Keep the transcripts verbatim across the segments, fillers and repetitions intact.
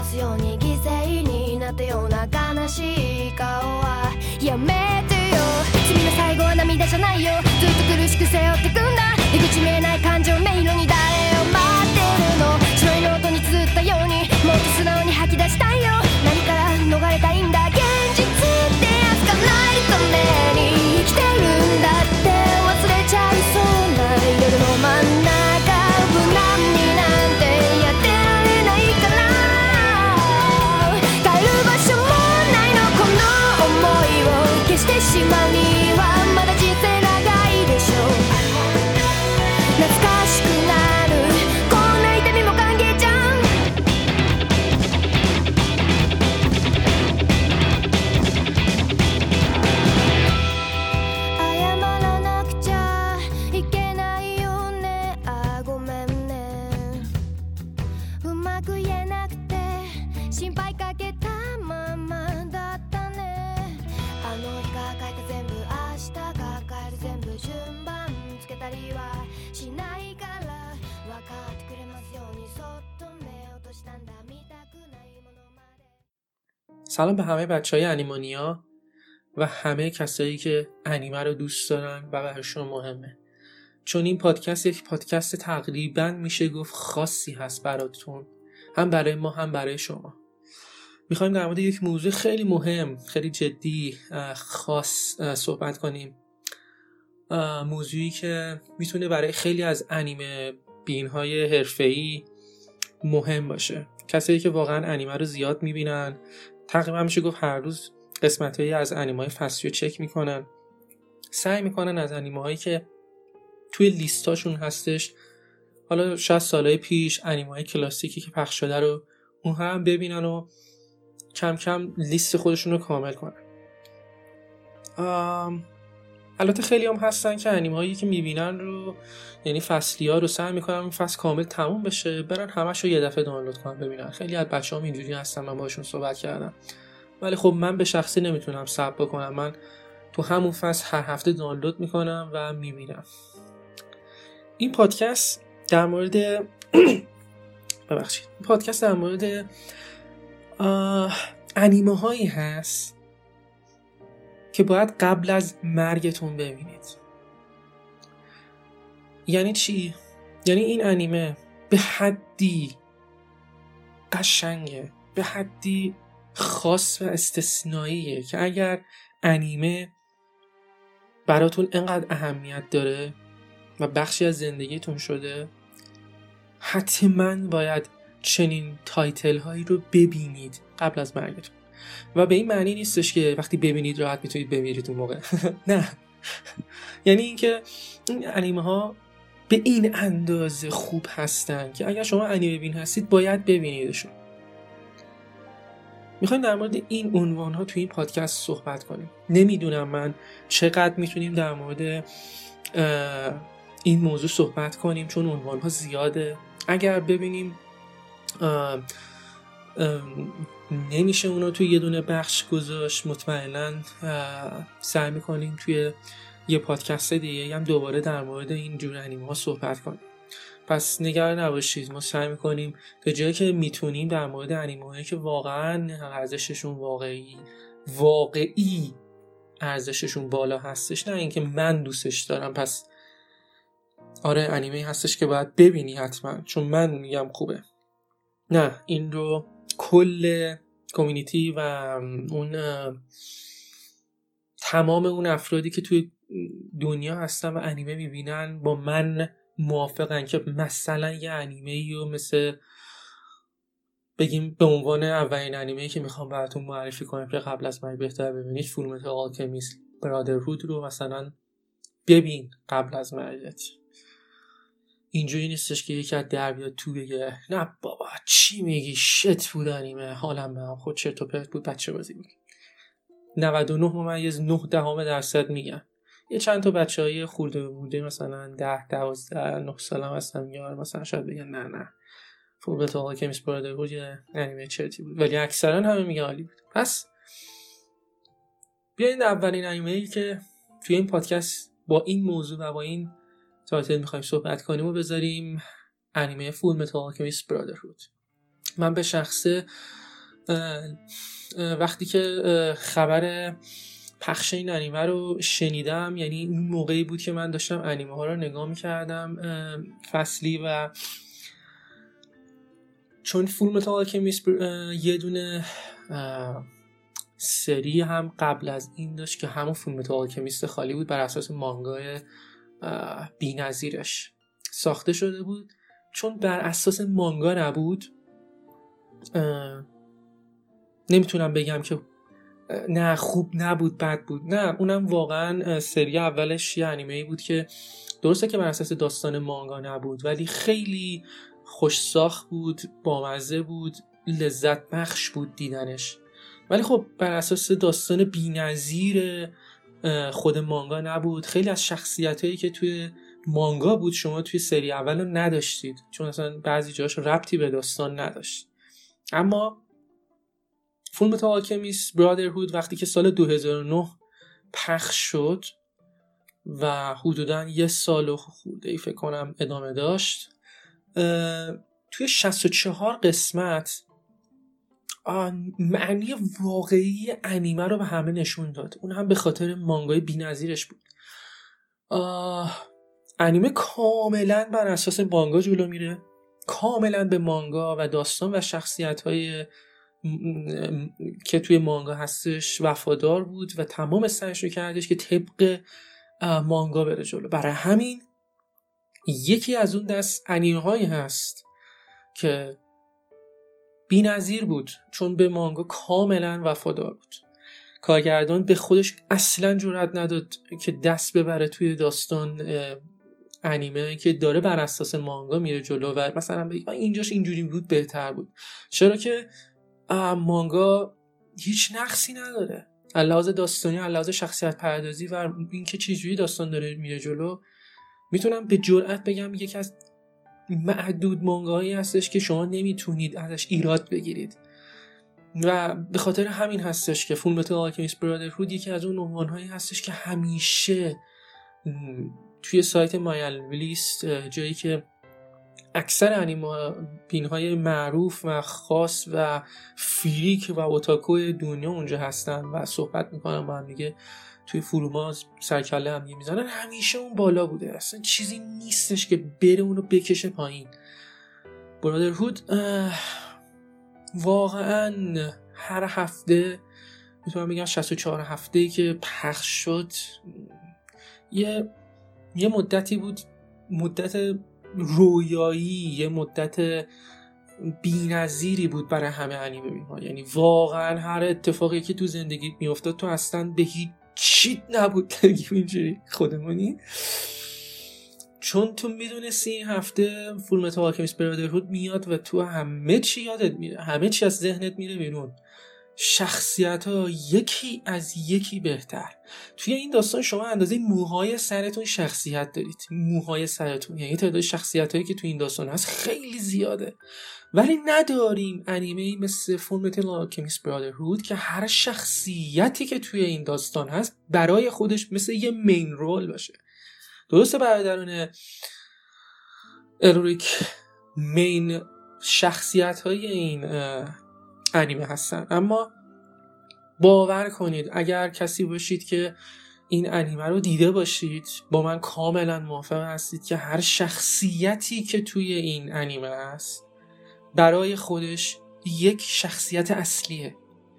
ますように犠牲になったような悲しい顔はやめてよ。罪の最後は涙じゃないよ。ずっと苦しく背負ってくんだ。出口見えない感情迷路に誰を待ってるの。白いノートに綴ったようにもっと素直に吐き出したいよ。何から逃れたいんだ。現実ってやつがないために生きてるんだって忘れちゃいそうな夜の真ん中無難になんてやってられないから帰る場所もないの。この想いを消してしまうにはまだ人生長いでしょう。懐かしくなるこんな痛みも歓迎じゃん。謝らなくちゃいけないよね。あ、ごめんね。うまく言えなくて心配かけたままだったね。あの日が書いた全部明日が変える全部順番つけたりはしないから分かってくれますようにそっと目を閉じたんだ。見たくないものまで。 سلام به همه بچهای انیمانیا و همه کسایی که انیمه رو دوست دارن و براشون مهمه، چون این پادکست یک پادکست تقریبا میشه گفت خاصی هست براتون، هم برای ما هم برای شما. میخوایم در مورد یک موضوع خیلی مهم، خیلی جدی، خاص صحبت کنیم. موضوعی که میتونه برای خیلی از انیمه بین‌های حرفه‌ای مهم باشه. کسایی که واقعا انیمه رو زیاد میبینن، تقریبا میشه گفت هر روز قسمتایی از انیمه‌های فصلی رو چک میکنن، سعی میکنن از انیمه‌هایی که توی لیستاشون هستش، حالا شاید سالهای پیش انیمه‌های کلاسیکی که پخش شده رو اونها هم ببینن و کم کم لیست خودشون رو کامل کنن. آم... البته خیلی هم هستن که انیمه‌هایی که میبینن رو، یعنی فصلی‌ها رو سعی میکنن این فصل کامل تموم بشه برن همش رو یه دفعه دانلود کنن ببینن. خیلی از بچه‌ها اینجوری هستن، من باشون صحبت کردم. ولی خب من به شخصی نمیتونم صبر بکنم، من تو همون فصل هر هفته دانلود میکنم و میبینم. این پادکست در مورد ببخشید این پادکست در مورد انیمه هایی هست که باید قبل از مرگتون ببینید. یعنی چی؟ یعنی این انیمه به حدی قشنگه، به حدی خاص و استثنائیه که اگر انیمه براتون انقدر اهمیت داره و بخشی از زندگیتون شده، حتما باید چنین تایتل هایی رو ببینید قبل از مرگتون. و به این معنی نیستش که وقتی ببینید راحت میتونید بمیرید اون موقع. نه، یعنی اینکه این انیمه ها به این اندازه خوب هستن که اگر شما انیمه بین هستید باید ببینیدشون. میخوایم در مورد این عنوان ها توی این پادکست صحبت کنیم. نمیدونم من چقدر میتونیم در مورد این موضوع صحبت کنیم، چون عنوان ها زیاده. اگر ببینیم اه اه نمیشه اونو توی یه دونه بخش گذاشت، مطمئناً سعی میکنیم توی یه پادکست دیگه هم دوباره در مورد این جور انیمه ها صحبت کنیم. پس نگران نباشید، ما سعی میکنیم تا جایی که میتونیم در مورد انیمه هایی که واقعاً ارزششون واقعی واقعی ارزششون بالا هستش، نه اینکه من دوستش دارم پس آره انیمه هستش که باید ببینی حتما چون من میگم خوبه. نه، این رو کل کامیونیتی و اون تمام اون افرادی که توی دنیا هستن و انیمه میبینن با من موافقن که مثلا یه انیمه‌ای رو مثل بگیم به عنوان اولین انیمه‌ای که میخوام براتون معرفی کنم که قبل از مرگ بهتر ببینید، فولمتال آلکمیست برادرهود رو مثلا ببین قبل از مرگت. اینجوری نیستش که یکی از در بیاد تو بگه نه بابا چی میگی شت بود انیمه، حالم به هم خود چرت و پرت بود، بچه بازی بود. نود و نه ممیز نه دهم درصد میگن. یه چند تا بچهای خورده بوده مثلا ده دوازده نه سال هم هستن میگن مثلا شاید بگن نه نه فولمتال آلکمیست برادرهود یه انیمه چرتی بود، ولی اکثرا همه میگن عالی بود. پس بیاین اولین انیمه‌ای که توی این پادکست با این موضوع و با این تایتل میخوایم صحبت کنیم و بذاریم انیمه فولمتال آلکمیست برادرهود. من به شخصه وقتی که خبر پخش این انیمه رو شنیدم، یعنی این موقعی بود که من داشتم انیمه ها رو نگاه میکردم فصلی، و چون فول متال آلکمیست یه دونه سری هم قبل از این داشت که همون فول متال آلکمیست خالی بود، بر اساس مانگای بی‌نظیرش ساخته شده بود. چون بر اساس مانگا نبود، نمیتونم بگم که نه خوب نبود بد بود، نه اونم واقعا سری اولش یه انیمه‌ای بود که درسته که بر اساس داستان مانگا نبود ولی خیلی خوش ساخت بود، بامزه بود، لذت بخش بود دیدنش. ولی خب بر اساس داستان بی‌نظیر خود مانگا نبود. خیلی از شخصیتایی که توی مانگا بود شما توی سری اول رو نداشتید، چون اصلا بعضی جاش ربطی به داستان نداشت. اما فول متال آلکمیست برادرهود وقتی که سال دو هزار و نه پخش شد و حدوداً یه سال و خورده ای فکر کنم ادامه داشت، توی شصت و چهار قسمت معنی واقعی انیمه رو به همه نشون داد. اون هم به خاطر مانگای بی‌نظیرش بود. انیمه کاملا بر اساس مانگا جلو میره، کاملا به مانگا و داستان و شخصیت‌های که توی مانگا هستش وفادار بود و تمام سعیش رو کردش که طبق مانگا بره جلو. برای همین یکی از اون دست انیمه هایی هست که بی‌نظیر بود، چون به مانگا کاملا وفادار بود. کارگردان به خودش اصلا جرئت نداد که دست ببره توی داستان انیمه که داره بر اساس مانگا میره جلو و مثلا بگه اینجاش اینجوری بود بهتر بود، چرا که مانگا هیچ نقصی نداره از لحاظ داستانی، از لحاظ شخصیت پردازی و اینکه چجوری داستان داره میره جلو. میتونم به جرئت بگم یکی از معدود مانگاهایی هستش که شما نمیتونید ازش ایراد بگیرید و به خاطر همین هستش که فول متال آلکمیست برادرهود یکی از اون عنوانهایی هستش که همیشه توی سایت مای انیمه لیست، جایی که اکثر انیمه بین‌های معروف و خاص و فریک و اوتاکو دنیا اونجا هستن و صحبت میکنن با هم دیگه، توی فروما سرکله هم دیگه میزنن، همیشه اون بالا بوده. اصلا چیزی نیستش که بره اونو بکشه پایین. برادرهود واقعا هر هفته میتونم بگم شصت و چهار هفته‌ای که پخش شد یه یه مدتی بود، مدت رویایی، یه مدت بی‌نظیری بود برای همه انیمه بین‌ها. یعنی واقعا هر اتفاقی که تو زندگیت میافتاد تو اصلا به هیچ چیت نبود بگیم اینجوری خودمونی، چون تو میدونستی این هفته فول متال آلکمیست برادرهود میاد و تو همه چی یادت میره، همه چی از ذهنت میره بیرون. شخصیت ها یکی از یکی بهتر. توی این داستان شما اندازه موهای سرتون شخصیت دارید، موهای سرتون، یعنی تعداد شخصیت هایی که توی این داستان هست خیلی زیاده، ولی نداریم انیمه‌ای مثل فول متال آلکمیست برادرهود که هر شخصیتی که توی این داستان هست برای خودش مثل یه مین رول باشه. درسته برادران الریک مین شخصیت های این انیمه هستن، اما باور کنید اگر کسی باشید که این انیمه رو دیده باشید با من کاملا موافق هستید که هر شخصیتی که توی این انیمه هست برای خودش یک شخصیت اصلیه.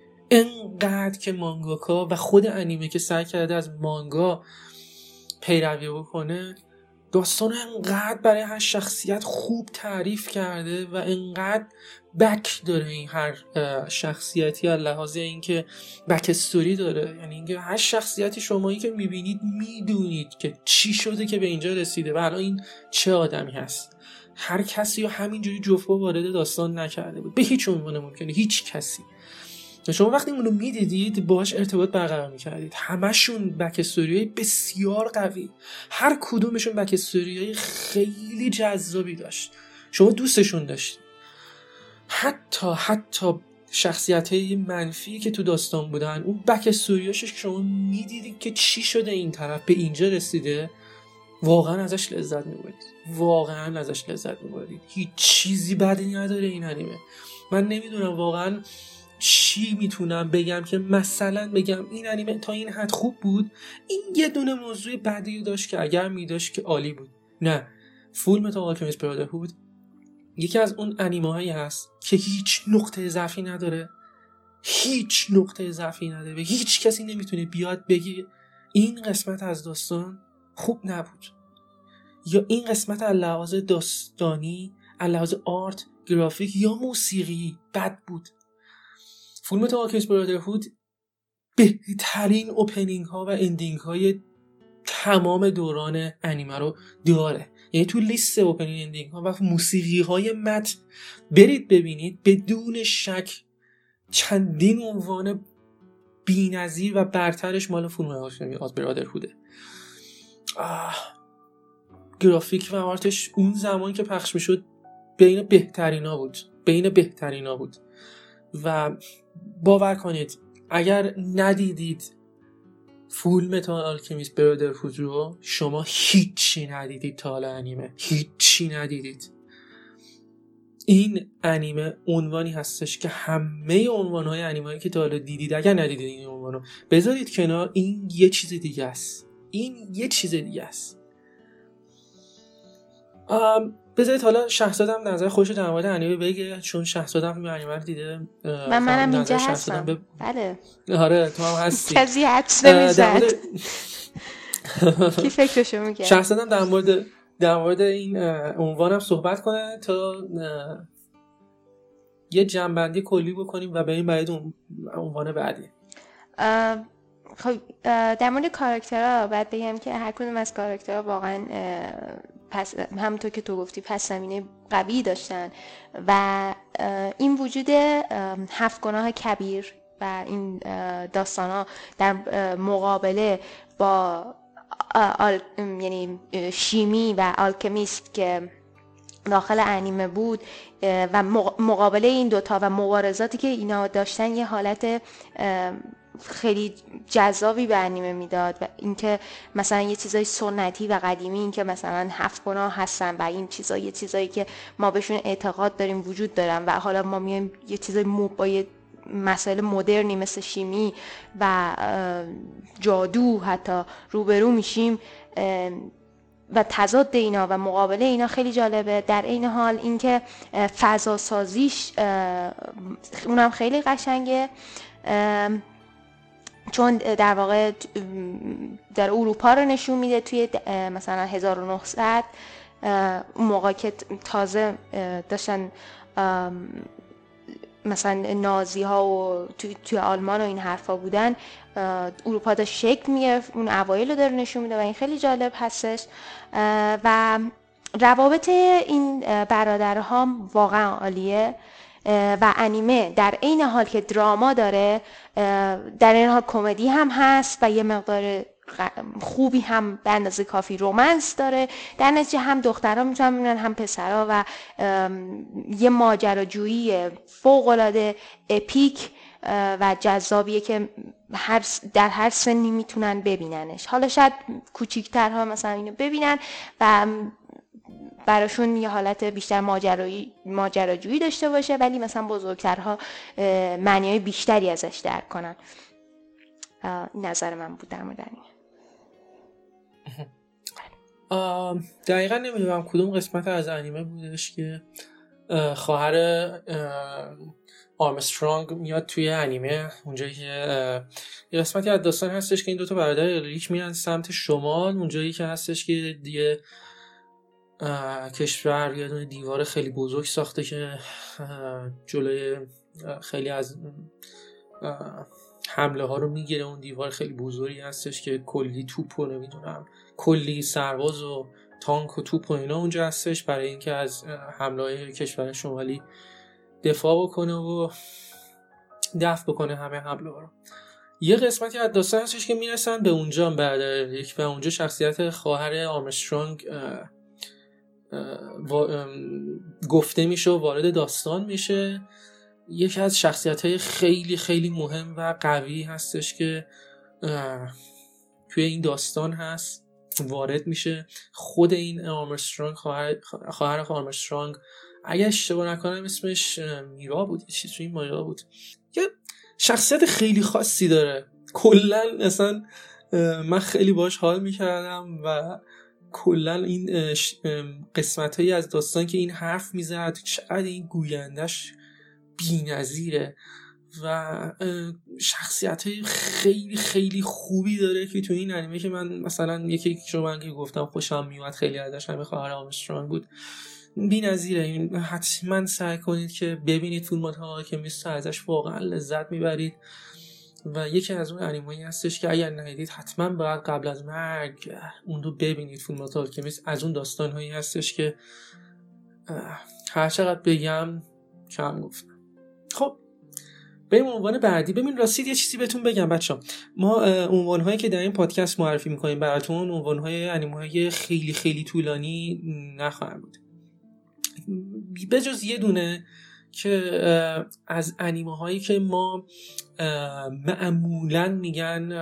انقدر که مانگاکا و خود انیمه که سعی کرده از مانگا پیروی بکنه، داستان انقدر برای هر شخصیت خوب تعریف کرده و انقدر بک داره این هر شخصیتی، از لحاظ اینکه بک استوری داره، یعنی اینکه هر شخصیتی شمایی که میبینید میدونید که چی شده که به اینجا رسیده و الان این چه آدمی هست. هر کسی رو همینجوری جفا وارد داستان نکرده بود به هیچ عنوان ممکنه، هیچ کسی. شما وقتی اونو میدیدید باهاش ارتباط برقرار میکردید. همشون بک استوریای بسیار قوی، هر کدومشون بک استوریای خیلی جذابی داشت، شما دوستشون داشتید. حتی حتی شخصیت‌های منفی که تو داستان بودن، اون بک استوریاشش که شما میدیدید که چی شده این طرف به اینجا رسیده، واقعا ازش لذت میبرید، واقعا ازش لذت میبرید. هیچ چیزی بدی نداره این انیمه. من نمیدونم واقعا چی میتونم بگم که مثلا بگم این انیمه تا این حد خوب بود، این یه دونه موضوع بعدی داشت که اگر میداشت که عالی بود. نه، فول متال آلکمیست برادرهود یکی از اون انیمه هایی هست که هیچ نقطه ضعفی نداره، هیچ نقطه ضعفی نداره و هیچ کسی نمیتونه بیاد بگه این قسمت از داستان خوب نبود یا این قسمت از لحاظ داستانی، از لحاظ آرت، گرافیک یا موسیقی بد بود. فول متال آلکمیست برادرهود بهترین اوپنینگ ها و اندینگ های تمام دوران انیمه رو داره. یعنی تو لیست اوپنینگ اندینگ ها و موسیقی های متن برید ببینید، بدون شک چندین عنوان بی‌نظیر و برترش مال فول متال آلکمیست برادرهوده. گرافیک و آرتش اون زمانی که پخش میشد بین بهترینا بود، بین بهترینا بود و باور کنید اگر ندیدید فول متال آلکمیست برادرهود رو، شما هیچی ندیدید تا حالا انیمه، هیچی ندیدید. این انیمه عنوانی هستش که همه عنوانهای انیمه‌ای که تا حالا دیدید اگر ندیدید این عنوانو بذارید کنار، این یه چیز دیگه است، این یه چیز دیگه است. بذارید حالا شهزادم نظر خودش در مورد انیمه بگه، چون شهزادم این انیمه رو دیده. من منم اینجا هستم. ب... بله. آره تو هم هستی. کسی حدس نمیزد. کی فکرشو میگه؟ شهزادم در مورد در مورد این عنوانم صحبت کنه تا یه جنبندی کلی بکنیم و بریم برای اون عنوان بعدی. خب در مورد کاراکترها باید بگم که هر کدوم از کاراکترها واقعا پس همونطور که تو گفتی پس زمینه قوی داشتن و این وجود هفت گناه کبیر و این داستانا در مقابله با آل... یعنی شیمی و آلکمیست که داخل انیمه بود و مقابله این دوتا و مبارزاتی که اینا داشتن یه حالت خیلی جذابی به انیمه میداد و اینکه مثلا یه چیزای سنتی و قدیمی، اینکه مثلا هفت گناه هستن و این چیزا یه چیزایی که ما بهشون اعتقاد داریم وجود دارن و حالا ما میایم یه چیزای مو با یه مسائل مدرنی مثل شیمی و جادو حتی روبرو میشیم و تضاد اینا و مقابله اینا خیلی جالبه. در این حال اینکه فضا سازیش اونم خیلی قشنگه، چون در واقع در اروپا رو نشون میده توی مثلا هزار و نهصد، اون موقع که تازه داشتن مثلا نازی ها و توی, توی آلمان و این حرفا بودن، اروپا داشت شکل میگرفت، اون اوایل رو داره نشون میده و این خیلی جالب هستش. و روابط این برادرها واقعا عالیه و انیمه در این حال که دراما داره، در این حال کمدی هم هست و یه مقدار خوبی هم به اندازه کافی رومنس داره. در نتیجه هم دخترها میتونن ببینن هم پسرها و یه ماجراجویی فوق‌العاده اپیک و جذابیه که هر در هر سنی میتونن ببیننش. حالا شاید کوچیک‌ترها مثلا اینو ببینن و براشون یه حالت بیشتر ماجرایی ماجراجویی داشته باشه، ولی مثلا بزرگترها معنی‌های بیشتری ازش درک کنن. این نظر من بود در مورد این. دقیقا نمیدونم کدوم قسمت از انیمه بودش که خواهر آرمسترانگ میاد توی انیمه، اونجایی که یه قسمتی از داستان هستش که این دوتا برادر الیک میرن سمت شمال، اونجایی که هستش که دیگه کشور یه دونه دیوار خیلی بزرگ ساخته که جلوی خیلی از حمله ها رو میگیره. اون دیوار خیلی بزرگی هستش که کلی توپ و نمیدونم کلی سرباز و تانک و توپ و اینا اونجا هستش برای اینکه از حمله های کشور شمالی دفاع بکنه و دفع بکنه همه حمله ها رو. یه قسمتی از داستان هستش که میرسن به اونجا بعد یک و اونجا شخصیت خواهر آرمسترانگ گفته میشه و وارد داستان میشه. یکی از شخصیت‌های خیلی خیلی مهم و قوی هستش که توی این داستان هست، وارد میشه. خود این آرمسترانگ خواهر خواهر آرمسترانگ اگه اشتباه نکنم اسمش میرا بود یه چیز توی این ماجرا بود. یه شخصیت خیلی خاصی داره کلا، اصلا من خیلی باش حال میکردم و کلا این قسمت هایی از داستان که این حرف میزد چقدر این گویندش بی‌نظیره و شخصیت های خیلی خیلی خوبی داره که تو این انیمه که من مثلا یکی که من که گفتم خوشم میومد خیلی ازش، همین خواهر آرمسترانگ بود، بی‌نظیره. این حتما سعی کنید که ببینید فیلم‌ها آلکمیست، ازش واقعا لذت میبرید و یکی از اون انیمه‌ای هستش که اگر ندیدید حتما باید قبل از مرگ اون رو ببینید. فیلم‌ها آلکمیست از اون داستان‌هایی هستش که هر چقدر بگم کم گفتم. خب بریم عنوان بعدی. ببین راستی یه چیزی بهتون بگم بچه‌ها، ما عنوان‌هایی که در این پادکست معرفی می‌کنیم براتون عنوان‌های انیمه‌های خیلی خیلی طولانی نخواهند بود، بجز یه دونه که از انیمه‌هایی که ما معمولاً میگن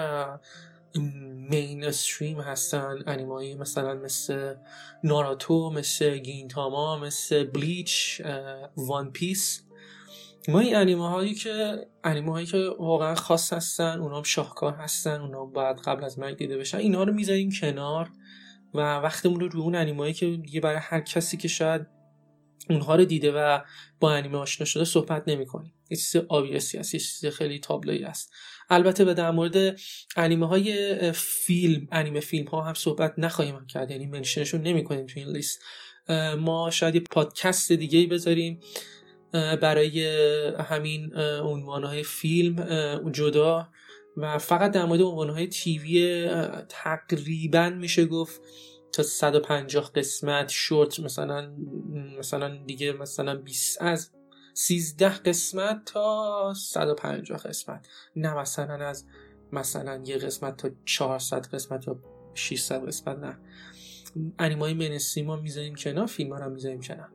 مین استریم هستن، انیمه‌ای مثلا مثل ناروتو، مثل گینتاما، مثل بلیچ، وان پیس. ما این انیمه هایی که انیمه هایی که واقعا خاص هستن، اونا هم شاهکار هستن، اونا هم باید قبل از مرگ دیده بشن، اینا رو میذاریم کنار و وقتمون رو روی اون انیمه هایی که دیگه برای هر کسی که شاید اونها رو دیده و با انیمه آشنا شده صحبت نمی کنیم. یه چیز آبیسی هست، یه چیز خیلی تابلویی هست. البته به در مورد انیمه های فیلم انیمه فیلم ها هم صحبت نخواهیم کرد، یعنی منشنشون نمی کنیم تو این لیست. ما شاید یه پادکست دیگه‌ای بذاریم برای همین عنوانهای فیلم جدا و فقط در مورد عنوانهای تیوی تقریبا میشه گفت تا صد و پنجاه قسمت شورت، مثلا مثلا دیگه مثلا بیست از سیزده قسمت تا صد و پنجاه قسمت، نه مثلا از مثلا یه قسمت تا چهارصد قسمت یا ششصد قسمت. نه، انیمای مینستریم ما میذاریم کنار، فیلم ها رو میذاریم کنار.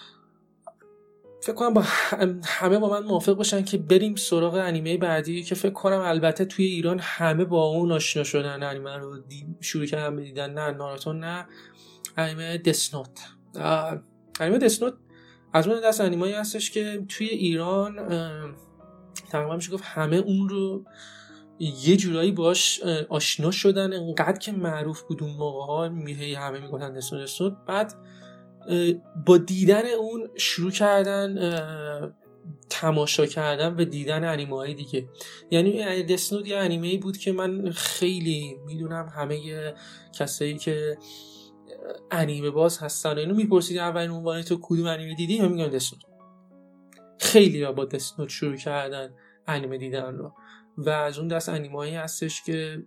فکر کنم با همه با من موافق باشن که بریم سراغ انیمه بعدی که فکر کنم البته توی ایران همه با اون آشنا شدن، انیمه رو شروع کردن به دیدن. نه ناروتو، نه انیمه دث نوت. انیمه دث نوت از اون دست انیمه‌ای هستش که توی ایران تقریبا میشه گفت همه اون رو یه جورایی باش آشنا شدن، انقدر که معروف بود اون موقع‌ها، میهی همه میگفتن دث نوت دث نوت. بعد با دیدن اون شروع کردن تماشا کردن و دیدن انیمه های دیگه. یعنی دث نوت یه انیمه‌ای بود که من خیلی میدونم همه کسایی که انیمه باز هستن اینو میپرسید اولین عنوان تو کدوم انیمه دیدی، من میگم دث نوت. خیلی ها با دث نوت شروع کردن انیمه دیدن رو و از اون دست انیمه‌ای هستش که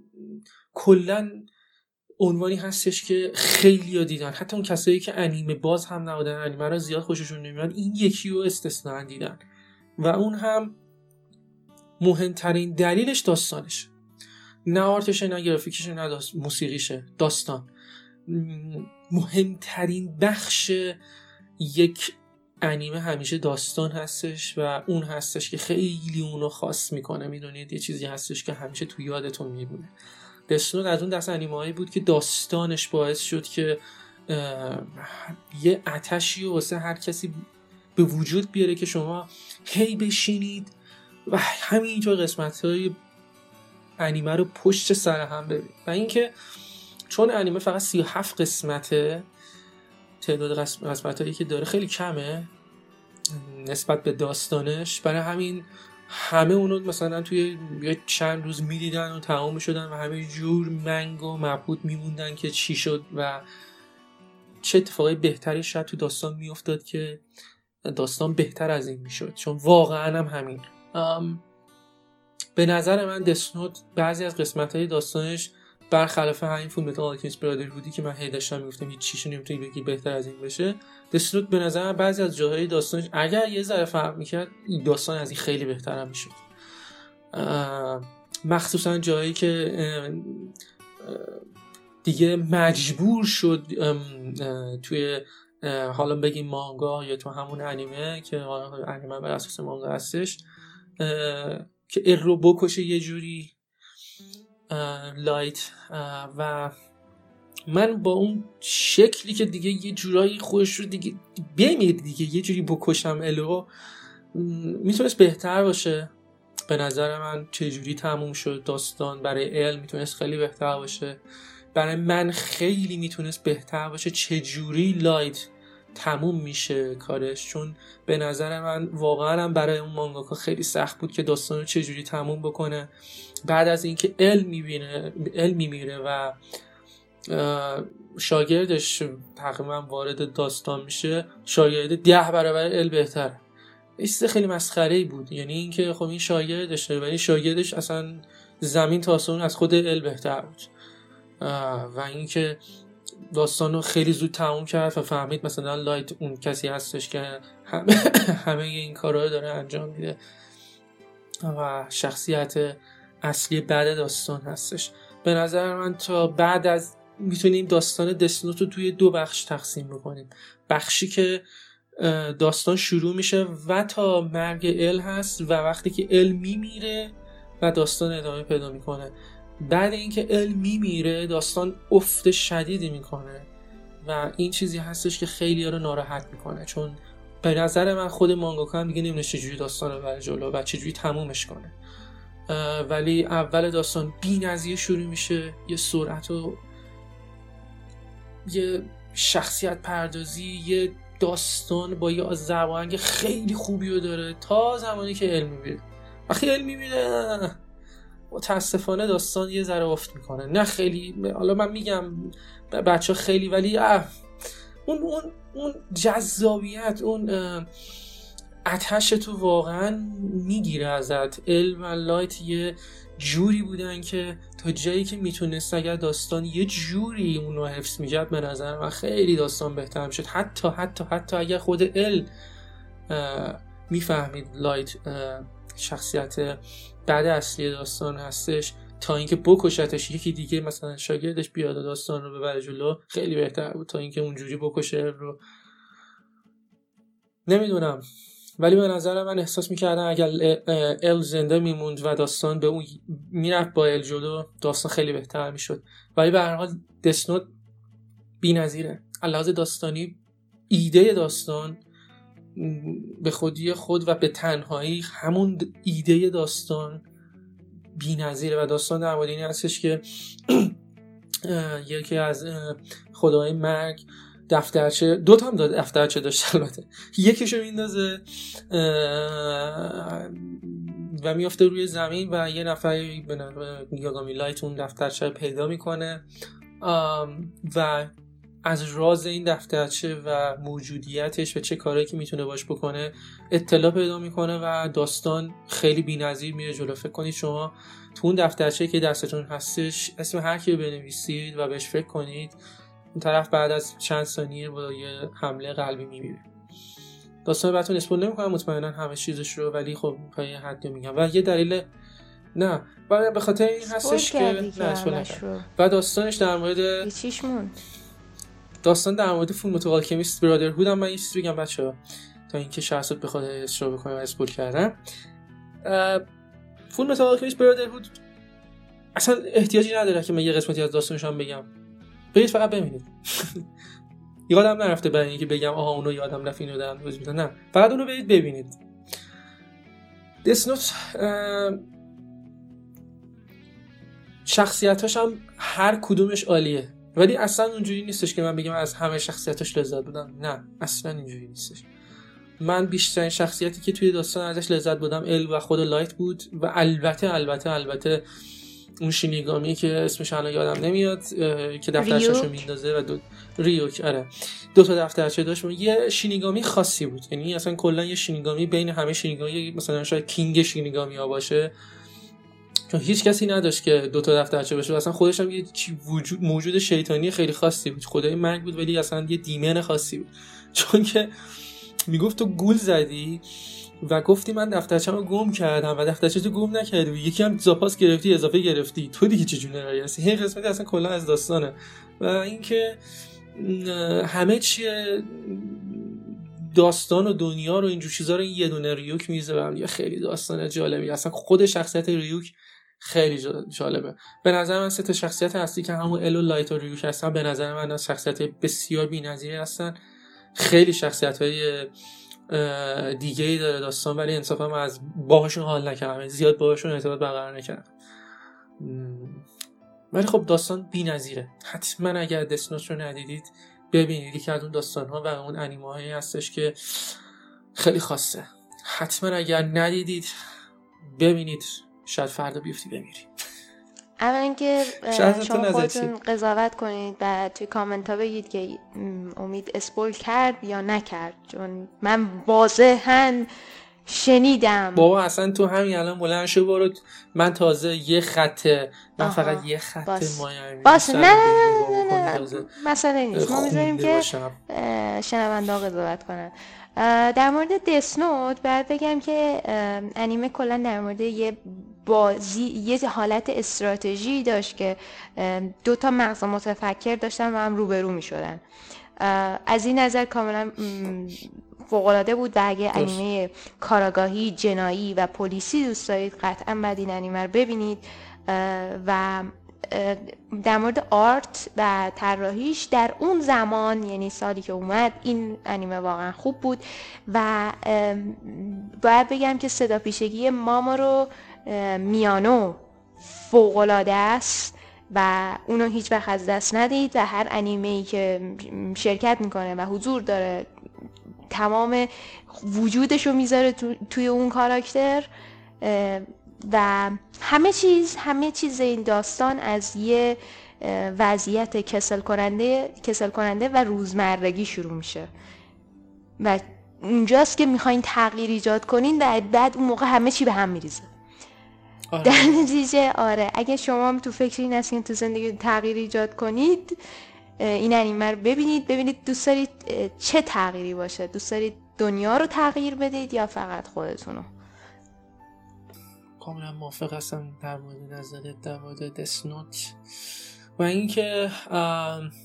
کلاً عنوانی هستش که خیلی ها دیدن، حتی اون کسایی که انیمه باز هم نبودن، انیمه رو زیاد خوششون نمیاد، این یکی رو استثناء دیدن و اون هم مهمترین دلیلش داستانش، نه آرتشه، نه گرافیکشه، نه داست... موسیقیشه، داستان. مهمترین بخش یک انیمه همیشه داستان هستش و اون هستش که خیلی اونو خاص میکنه. میدونید یه چیزی هستش که همیشه تو یادتون میمونه. دث نوت از اون دست انیمه‌ای بود که داستانش باعث شد که یه آتشی واسه هر کسی به وجود بیاره که شما هی بشینید و همینطور قسمت‌های انیمه رو پشت سر هم ببینید. و اینکه چون انیمه فقط سی و هفت قسمته، تعداد قسمت‌هایی که داره خیلی کمه نسبت به داستانش، برای همین همه اونو مثلا توی یه چند روز میدیدن و تمام شدن و همه جور منگ و مبهوت میموندن که چی شد و چه اتفاقی بهتری شاید تو داستان میافتاد که داستان بهتر از این میشد، چون واقعا هم همین. به نظر من دث نوت بعضی از قسمت‌های داستانش برخلاف همین فولمتال آلکمیست برادرهودی که من هی داشتم میگفتم هیچ چیزی نمیتونی بگی بهتر از این بشه، دث نوت به نظر من بعضی از جاهای داستانش اگر یه ذره فرق میکرد داستان از این خیلی بهتر هم میشد، مخصوصا جایی که دیگه مجبور شد توی حالا بگیم مانگا یا تو همون انیمه که انیمه بر اساس مانگا هستش که ارو بکشه یه جوری لایت و من با اون شکلی که دیگه یه جورایی خودش رو دیگه بمیر دیگه یه جوری بکشم الو میتونست بهتر باشه. به نظر من چه جوری تموم شد داستان برای ال میتونست خیلی بهتر باشه، برای من خیلی میتونست بهتر باشه چه جوری لایت تموم میشه کارش، چون به نظر من واقعا برای اون مانگاکا خیلی سخت بود که داستان رو چه جوری تموم بکنه. بعد از اینکه ال میبینه ال میمیره و شاگردش تقریبا وارد داستان میشه، شاگرد ده برابر ال بهتره. ایست خیلی مسخره‌ای بود، یعنی اینکه خب این شاگردشه ولی شاگردش اصلا زمین تا آسمون از خود ال بهتر بود و اینکه داستانو خیلی زود تموم کرد و فهمید مثلا لایت اون کسی هستش که همه همه این کارا رو داره انجام میده و شخصیت اصلی بعد داستان هستش. به نظر من تا بعد از میتونیم داستان دث نوت رو توی دو بخش تقسیم بکنیم. بخشی که داستان شروع میشه و تا مرگ ال هست و وقتی که ال میمیره و داستان ادامه پیدا میکنه. بعد اینکه ال میمیره داستان افت شدیدی میکنه و این چیزی هستش که خیلی ها رو ناراحت میکنه، چون به نظر من خود مانگاکا هم دیگه نمیدونه چجوری داستان رو بره جلو و چجوری تمومش کنه. ولی اول داستان بی‌نظیر شروع میشه، یه سرعت و یه شخصیت پردازی، یه داستان با یه زبانگ خیلی خوبی رو داره تا زمانی که ال میمیره. وقتی ال میمیره متاسفانه داستان یه ذره افت میکنه. نه خیلی، حالا من میگم بچه خیلی، ولی اون اون اون جذابیت، اون آتش تو واقعا میگیره ازت. ال و لایت یه جوری بودن که تا جایی که میتونست اگر داستان یه جوری اون رو حفظ میکرد به نظر من خیلی داستان بهتر میشد. حتی حتی حتی اگر خود ال میفهمید لایت شخصیت بعد اصلی داستان هستش تا اینکه بکشتش یکی دیگه مثلا شاگردش بیاد داستان رو ببره جلو، خیلی بهتر بود تا اینکه اونجوری بکشه رو. نمیدونم، ولی به نظر من احساس میکردم اگر ال زنده میموند و داستان به اون میرفت با ال جلو داستان خیلی بهتر میشد. ولی به هر حال دث نوت بی‌نظیره. علاوه داستانی ایده داستان به خودی خود و به تنهایی همون ایده داستان بی‌نظیره و داستان در مورد این هستش که یکی از خدای مرگ دفترچه، دو تا هم داد دفترچه داشت البته، یکیشو میندازه و میافته روی زمین و یه نفر به نام یاگامی لایت اون دفترچه پیدا میکنه و از راز این دفترچه و موجودیتش و چه کارهایی که میتونه باش بکنه اطلاع پیدا میکنه و داستان خیلی بی‌نظیر میره جلو. فکر کنید شما تو اون دفترچه که دستتون هستش اسم هر کی رو بنویسید و بهش فکر کنید، اون طرف بعد از چند ثانیه با یه حمله قلبی میمیره. داستان براتون اسپویل نمیکنم مطمئنا همه چیزش رو، ولی خب تا یه حدی میگم و یه دلیل نه به خاطر این هستش که نه اسپویل نکنم. و داستانش در مورد چیش موند؟ داستان در مورد فول متال الکمیست برادرهود هم من یه چیزی بگم بچه‌ها تا اینکه شخصت بخواد اشتباه بکنه و اسپویل کردم. فول متال الکمیست برادرهود اصلا احتیاجی نداره که من یه قسمتی از داستانش هم بگم، برید فقط ببینید. یادم نرفته برای اینکه بگم آها اونو یادم رفت اینو دارم روز میدن، نه فقط اونو برید ببینید. دث نوت شخصیتاش هم هر کدومش عالیه، ولی اصلا اونجوری نیستش که من بگم از همه شخصیتاش لذت بردم. نه اصلا اینجوری نیستش. من بیشترین شخصیتی که توی داستان ازش لذت بردم ال و خود لایت بود و البته البته البته اون شینیگامی که اسمش الان یادم نمیاد که دفترچه‌شو میندازه و دو ریوک آره دو تا دفترچه داشت. یه شینیگامی خاصی بود، یعنی اصلا کلا یه شینیگامی بین همه شینیگامی مثلا شاید کینگ شینیگامی ها باشه، چون هیچ کسی نداشت که دو تا دفترچه باشه. اصلا خودش هم یه وجود موجود شیطانی خیلی خاصی بود، خدای مرگ بود ولی اصلا یه دیمن خاصی بود، چون که میگفت تو گول زدی و گفتی من دفترچه‌مو گم کردم و دفترچه‌تو گم نکردی و یکی هم زاپاس گرفتی اضافه گرفتی، تو دیگه چه جونه رایی هستی. این قسمت اصلا کلا از داستانه و اینکه همه چی داستان و دنیا رو اینجور چیزا رو یه دونه ریوک میزه و خیلی داستان جالبی. اصلا خود شخصیت ریوک خیلی جالبه. به نظر من سه تا شخصیت اصلی که همون ال و لایت و ریوش هستن، به نظر من شخصیت بسیار بی‌نظیری هستن. خیلی شخصیت‌های دیگه‌ای داره داستان، ولی انصافا من از باهاشون حال نکردم، زیاد باهاشون ارتباط برقرار نکردم. ولی خب داستان بی‌نظیره. حتما اگر دث نوت رو ندیدید ببینید. یکی از اون داستان‌ها و اون انیمه‌هایی هستش که خیلی خاصه. حتما اگر ندیدید ببینید، شاید فردا بیفتی بمیری. اول اینکه شما خودتون قضاوت کنید و توی کامنت ها بگید که امید اسپویل کرد یا نکرد، چون من واضحاً شنیدم. بابا اصلا تو همین الان بلند شو برو، من تازه یه خطه، من آها. فقط یه خط مایم باشه. نه نه نه نه مسئله نیست، ما میذاریم که شنونده ها قضاوت کنن. در مورد دث نوت باید بگم که انیمه کلا در مورد یه بازی، یه حالت استراتژی داشت که دو تا مغز متفکر داشتن و هم روبرو می شدن. از این نظر کاملا فوق‌العاده بود و اگه انیمه کاراگاهی، جنایی و پلیسی دوست دارید قطعا باید این انیمه رو ببینید. و در مورد آرت و طراحیش در اون زمان، یعنی سالی که اومد، این انیمه واقعا خوب بود. و باید بگم که صدا پیشگی مامورو میانو فوق‌العاده است و اونو هیچ وقت از دست ندید و هر انیمه‌ای که شرکت میکنه و حضور داره تمام وجودشو میذاره تو، توی اون کاراکتر و همه چیز همه چیز این داستان از یه وضعیت کسل کننده کسل کننده و روزمرگی شروع میشه و اونجاست که میخواین تغییر ایجاد کنین و بعد اون موقع همه چی به هم میریزه. آره. در نتیجه آره اگه شما هم تو فکر این هستین تو زندگی تغییر ایجاد کنید، این انیمه رو ببینید. ببینید دوست دارید چه تغییری باشه، دوست دارید دنیا رو تغییر بدید یا فقط خودتون رو. کاملا موافق هستم در مورد نظرت در مورد دث نوت و اینکه